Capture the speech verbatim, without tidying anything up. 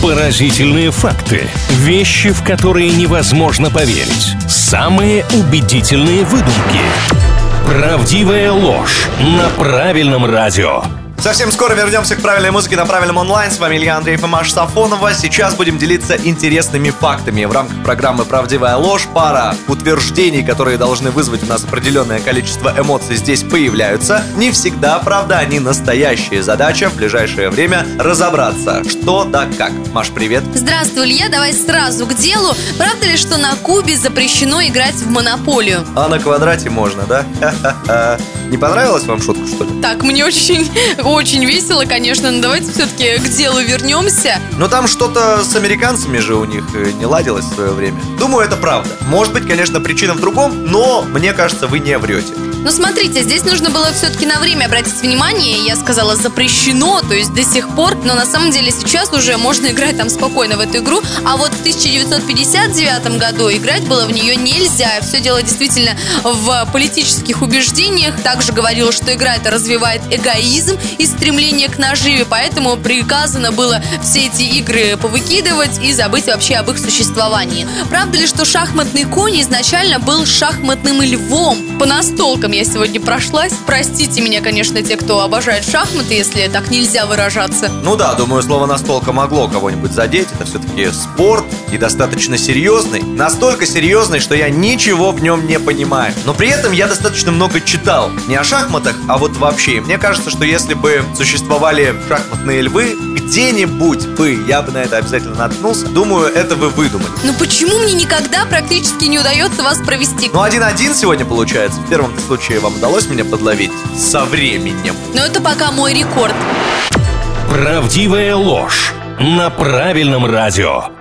Поразительные факты. Вещи, в которые невозможно поверить. Самые убедительные выдумки. Правдивая ложь на правильном радио. Совсем скоро вернемся к правильной музыке на правильном онлайн. С вами Илья Андреев и Маша Сафонова. Сейчас будем делиться интересными фактами. В рамках программы «Правдивая ложь» пара утверждений, которые должны вызвать у нас определенное количество эмоций, здесь появляются. Не всегда, правда, они настоящие. Задача в ближайшее время разобраться, что да как. Маш, привет. Здравствуй, Илья. Давай сразу к делу. Правда ли, что на Кубе запрещено играть в монополию? А на квадрате можно, да? Ха-ха-ха. Не понравилась вам шутка, что ли? Так, мне очень, очень весело, конечно, но давайте все-таки к делу вернемся. Но там что-то с американцами же у них не ладилось в свое время. Думаю, это правда. Может быть, конечно, причина в другом, но мне кажется, вы не врете. Ну, смотрите, здесь нужно было все-таки на время обратить внимание. Я сказала запрещено, то есть до сих пор. Но на самом деле сейчас уже можно играть там спокойно в эту игру. А вот в тысяча девятьсот пятьдесят девятом году играть было в нее нельзя. Все дело действительно в политических убеждениях. Также говорилось, что игра это развивает эгоизм и стремление к наживе. Поэтому приказано было все эти игры повыкидывать и забыть вообще об их существовании. Правда ли, что шахматный конь изначально был шахматным львом? По настолкам я сегодня прошлась. Простите меня, конечно, те, кто обожает шахматы, если так нельзя выражаться. Ну да, думаю, слово «настолка» могло кого-нибудь задеть. Это все-таки спорт и достаточно серьезный. Настолько серьезный, что я ничего в нем не понимаю. Но при этом я достаточно много читал. Не о шахматах, а вот вообще. Мне кажется, что если бы существовали шахматные львы, где-нибудь бы я бы на это обязательно наткнулся. Думаю, это вы выдумали. Ну почему мне никогда практически не удается вас провести? Ну один-один сегодня получается. В первом случае вам удалось меня подловить со временем. Но это пока мой рекорд. Правдивая ложь на правильном радио.